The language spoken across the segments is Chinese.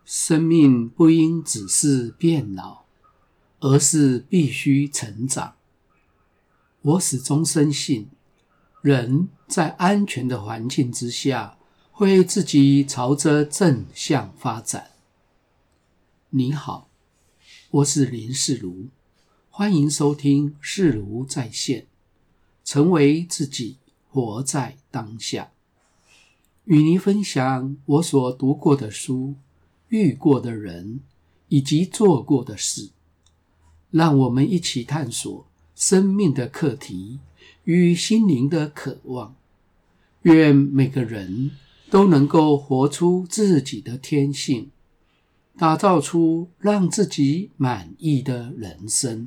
生命不应只是变老，而是必须成长。我始终深信，人在安全的环境之下，会自己朝着正向发展。你好，我是林世如，欢迎收听世如在线，成为自己，活在当下。与您分享我所读过的书、遇过的人以及做过的事，让我们一起探索生命的课题与心灵的渴望。愿每个人都能够活出自己的天性，打造出让自己满意的人生。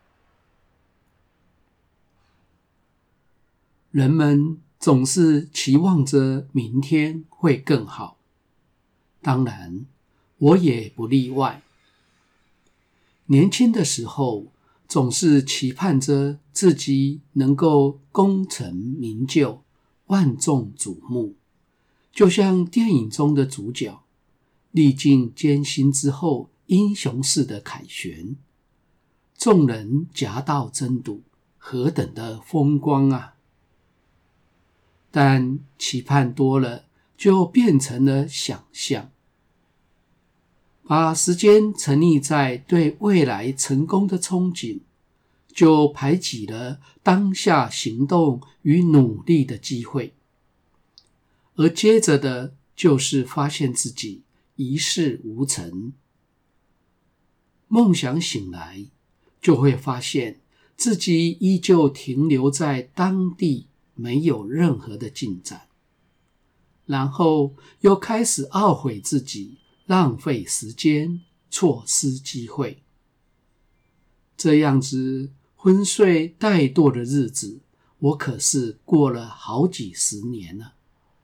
人们总是期望着明天会更好，当然，我也不例外。年轻的时候，总是期盼着自己能够功成名就，万众瞩目，就像电影中的主角，历尽艰辛之后，英雄式的凯旋，众人夹道争睹，何等的风光啊！但期盼多了，就变成了想象。把时间沉溺在对未来成功的憧憬，就排挤了当下行动与努力的机会。而接着的就是发现自己一事无成。梦想醒来，就会发现自己依旧停留在当地，没有任何的进展。然后又开始懊悔自己浪费时间，错失机会。这样子昏睡怠惰的日子，我可是过了好几十年了。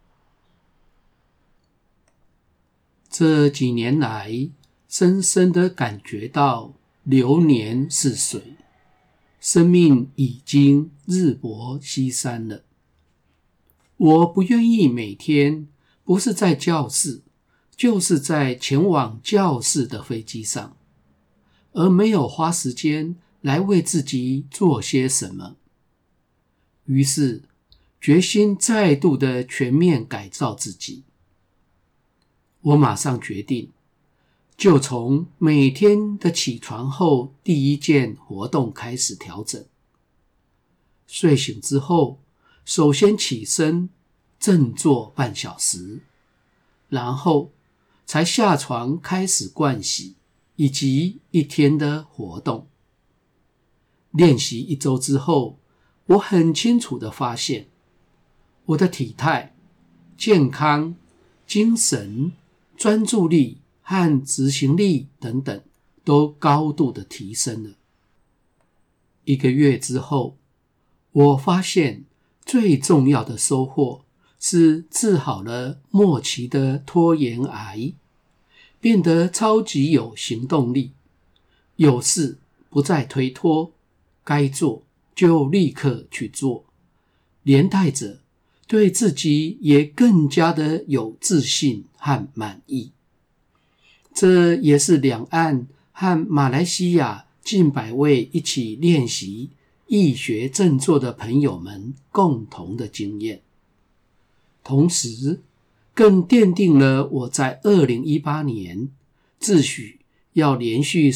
这几年来，深深地感觉到流年是水，生命已经日薄西山了。我不愿意每天不是在教室，就是在前往教室的飞机上，而没有花时间来为自己做些什么。于是，决心再度的全面改造自己。我马上决定，就从每天的起床后第一件活动开始调整。睡醒之后，首先起身振作半小时，然后才下床开始盥洗以及一天的活动。练习1周之后，我很清楚地发现，我的体态、健康、精神、专注力和执行力等等都高度的提升了。1个月之后，我发现最重要的收获是治好了末期的拖延癌，变得超级有行动力，有事不再推脱，该做就立刻去做，连带着对自己也更加的有自信和满意。这也是两岸和马来西亚近100位一起练习易学振作的朋友们共同的经验。同时，更奠定了我在2018年自诩要连续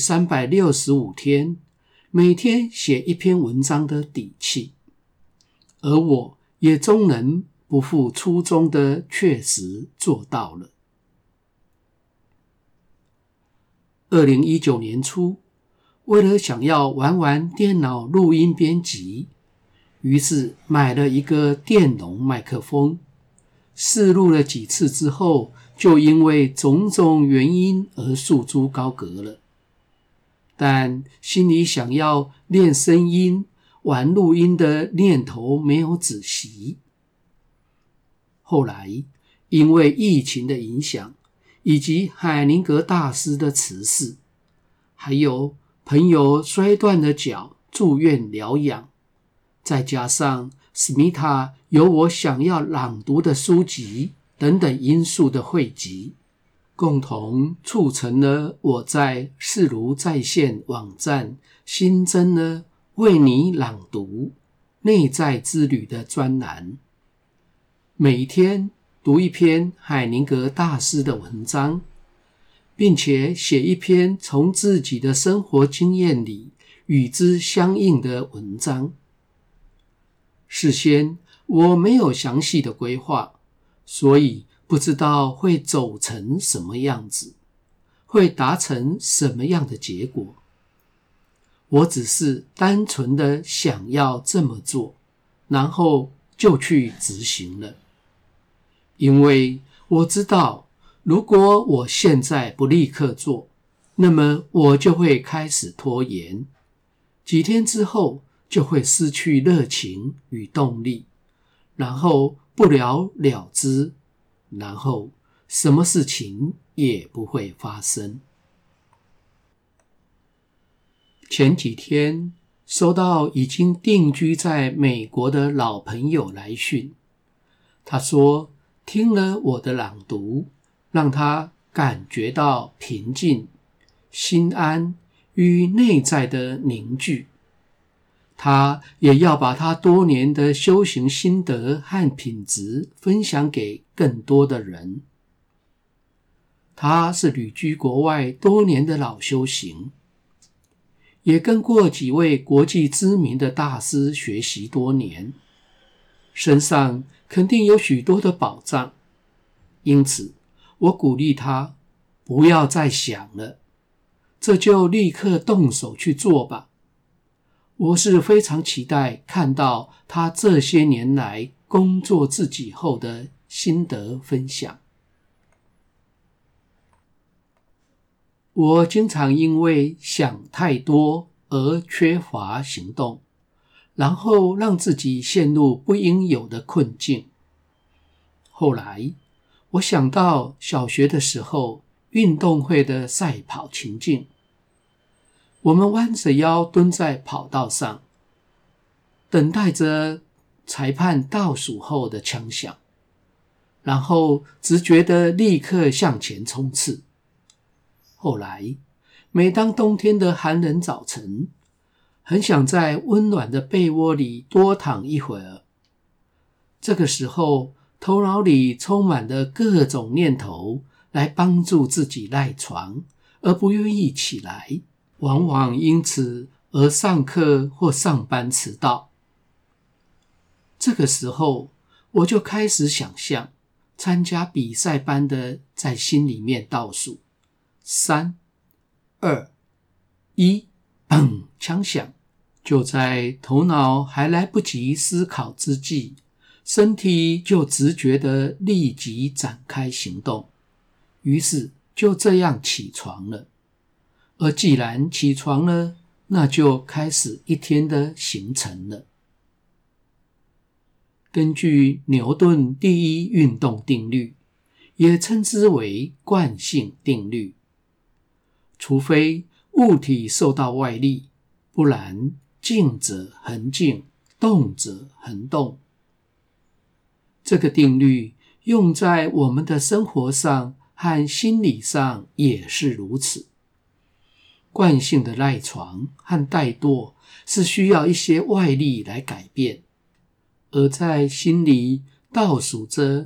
365天，每天写1篇文章的底气。而我也终能不负初衷的确实做到了。2019年初，为了想要玩电脑录音编辑，于是买了一个电容麦克风，试录了几次之后，就因为种种原因而束之高阁了。但心里想要练声音、玩录音的念头没有止息。后来，因为疫情的影响，以及海宁格大师的辞世，还有朋友摔断了脚住院疗养，再加上史密塔有我想要朗读的书籍等等因素的汇集， 共同促成了我在视如在线网站新增了为你朗读内在之旅的专栏，每一天读一篇海宁格大师的文章，并且写一篇从自己的生活经验里与之相应的文章。事先我没有详细的规划，所以不知道会走成什么样子，会达成什么样的结果。我只是单纯的想要这么做，然后就去执行了。因为我知道，如果我现在不立刻做，那么我就会开始拖延，几天之后就会失去热情与动力，然后不了了之，然后什么事情也不会发生。前几天收到已经定居在美国的老朋友来讯，他说听了我的朗读，让他感觉到平静、心安与内在的凝聚。他也要把他多年的修行心得和品质分享给更多的人。他是旅居国外多年的老修行，也跟过几位国际知名的大师学习多年，身上肯定有许多的宝藏。因此我鼓励他不要再想了，这就立刻动手去做吧。我是非常期待看到他这些年来工作自己后的心得分享。我经常因为想太多而缺乏行动，然后让自己陷入不应有的困境。后来我想到小学的时候运动会的赛跑情境，我们弯着腰蹲在跑道上，等待着裁判倒数后的枪响，然后直觉地立刻向前冲刺。后来每当冬天的寒冷早晨，很想在温暖的被窝里多躺一会儿，这个时候头脑里充满了各种念头来帮助自己赖床，而不愿意起来，往往因此而上课或上班迟到。这个时候我就开始想象参加比赛般的在心里面倒数3、2、1，砰！枪响。就在头脑还来不及思考之际，身体就直觉地立即展开行动，于是就这样起床了。而既然起床了，那就开始一天的行程了。根据牛顿第一运动定律，也称之为惯性定律，除非物体受到外力，不然静者恒静，动者恒动。这个定律用在我们的生活上和心理上也是如此。惯性的赖床和怠惰是需要一些外力来改变，而在心里倒数着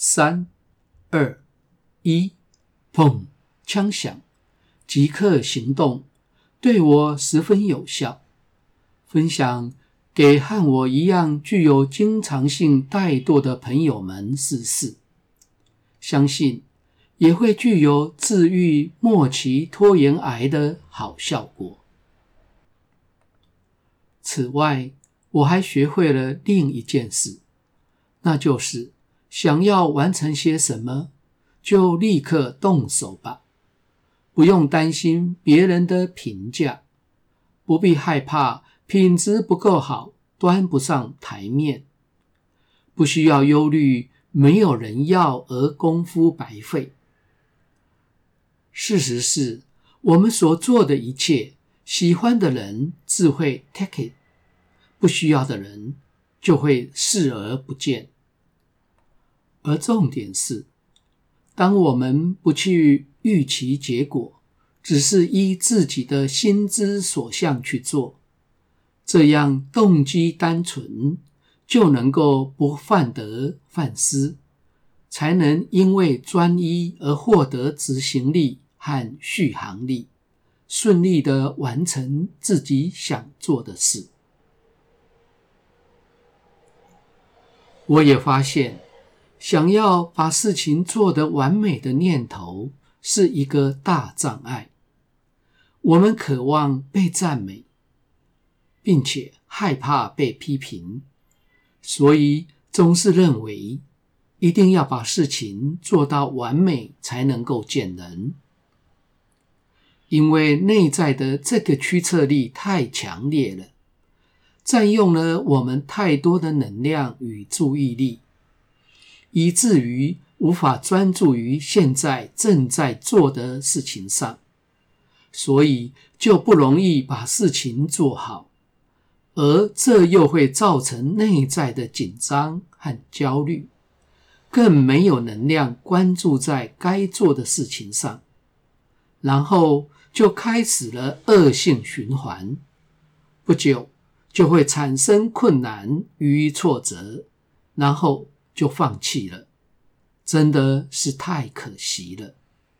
3、2、1，砰！枪响，即刻行动，对我十分有效。分享给和我一样具有经常性怠惰的朋友们试试，相信也会具有治愈末期拖延癌的好效果。此外，我还学会了另一件事，那就是想要完成些什么，就立刻动手吧，不用担心别人的评价，不必害怕品质不够好，端不上台面，不需要忧虑没有人要而功夫白费。事实是，我们所做的一切，喜欢的人自会 take it， 不需要的人就会视而不见。而重点是， 当我们不去预期结果，只是依自己的心之所向去做，这样动机单纯，就能够不犯得犯失，才能因为专一而获得执行力和续航力，顺利地完成自己想做的事。我也发现，想要把事情做得完美的念头是一个大障碍。我们渴望被赞美，并且害怕被批评，所以总是认为一定要把事情做到完美才能够见人。因为内在的这个驱策力太强烈了，占用了我们太多的能量与注意力，以至于无法专注于现在正在做的事情上，所以就不容易把事情做好，而这又会造成内在的紧张和焦虑，更没有能量关注在该做的事情上，然后就开始了恶性循环，不久就会产生困难与挫折，然后就放弃了，真的是太可惜了。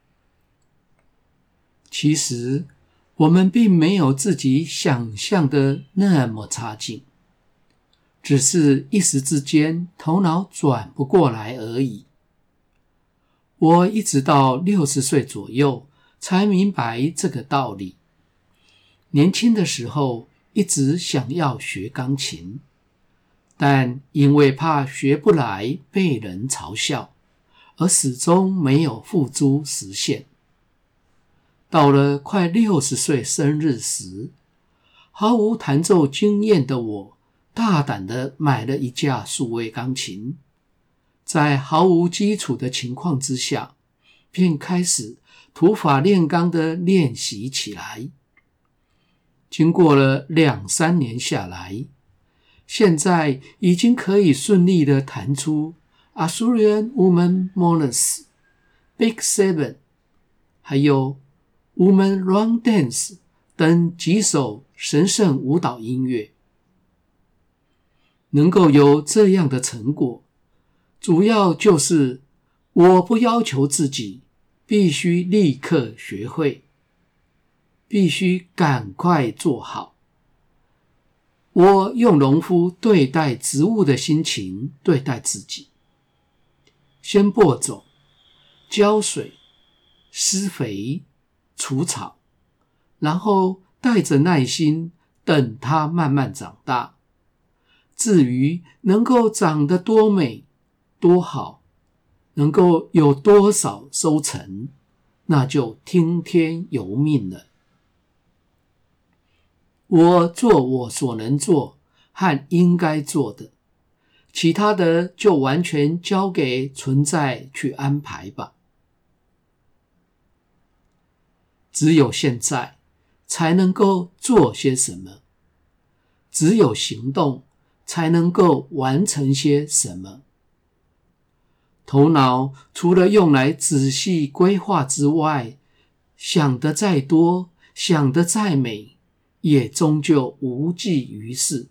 其实我们并没有自己想象的那么差劲，只是一时之间头脑转不过来而已。我一直到60岁左右才明白这个道理。年轻的时候一直想要学钢琴，但因为怕学不来被人嘲笑，而始终没有付诸实现。到了快60岁生日时，毫无弹奏经验的我大胆地买了一架数位钢琴，在毫无基础的情况之下，便开始土法炼钢地练习起来。经过了2-3年下来，现在已经可以顺利地弹出 Azurian Woman Monas、Big Seven 还有 Woman Run Dance 等几首神圣舞蹈音乐。能够有这样的成果，主要就是我不要求自己必须立刻学会，必须赶快做好。我用农夫对待植物的心情对待自己，先播种、浇水、施肥、除草，然后带着耐心等它慢慢长大。至于能够长得多美、多好，能够有多少收成，那就听天由命了。我做我所能做和应该做的，其他的就完全交给存在去安排吧。只有现在才能够做些什么，只有行动才能够完成些什么。头脑除了用来仔细规划之外，想得再多，想得再美，也终究无济于事。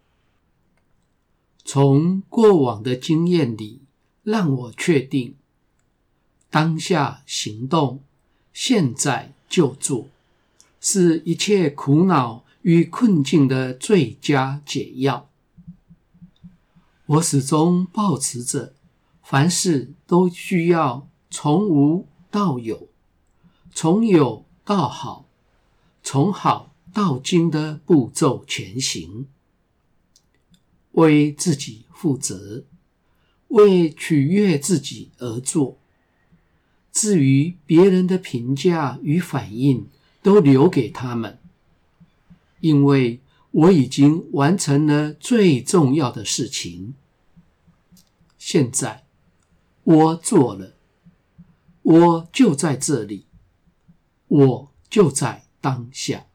从过往的经验里，让我确定，当下行动，现在就做，是一切苦恼与困境的最佳解药。我始终抱持着凡事都需要从无到有，从有到好，从好到精的步骤前行，为自己负责，为取悦自己而做。至于别人的评价与反应，都留给他们，因为我已经完成了最重要的事情。现在我做了，我就在这里，我就在当下。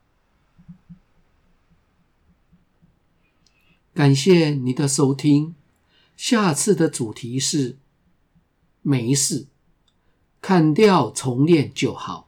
感谢你的收听，下次的主题是没事， 砍掉重练就好。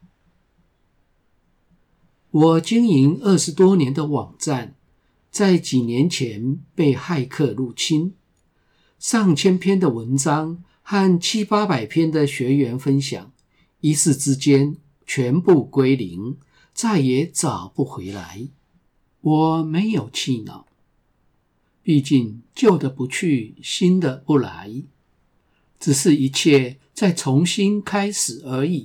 我经营20多年的网站，在几年前被骇客入侵，上千篇的文章和700-800篇的学员分享，一时之间全部归零，再也找不回来。我没有气恼，毕竟旧的不去，新的不来，只是一切再重新开始而已。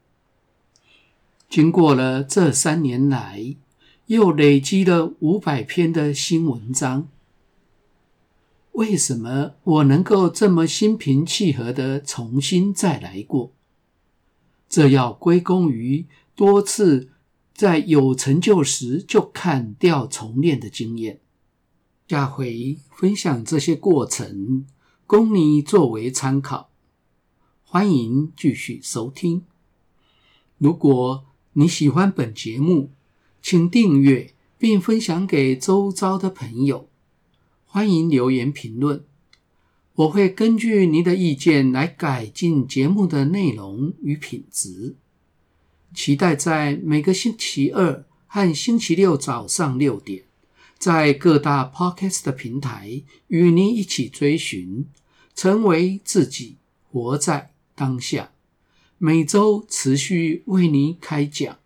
经过了这3年来，又累积了500篇的新文章。为什么我能够这么心平气和地重新再来过？这要归功于多次在有成就时就砍掉重练的经验。下回分享这些过程，供你作为参考。欢迎继续收听。如果你喜欢本节目，请订阅并分享给周遭的朋友。欢迎留言评论，我会根据你的意见来改进节目的内容与品质。期待在每个星期二和星期六早上6点，在各大 Podcast 平台与你一起追寻，成为自己，活在当下。每周持续为你开讲。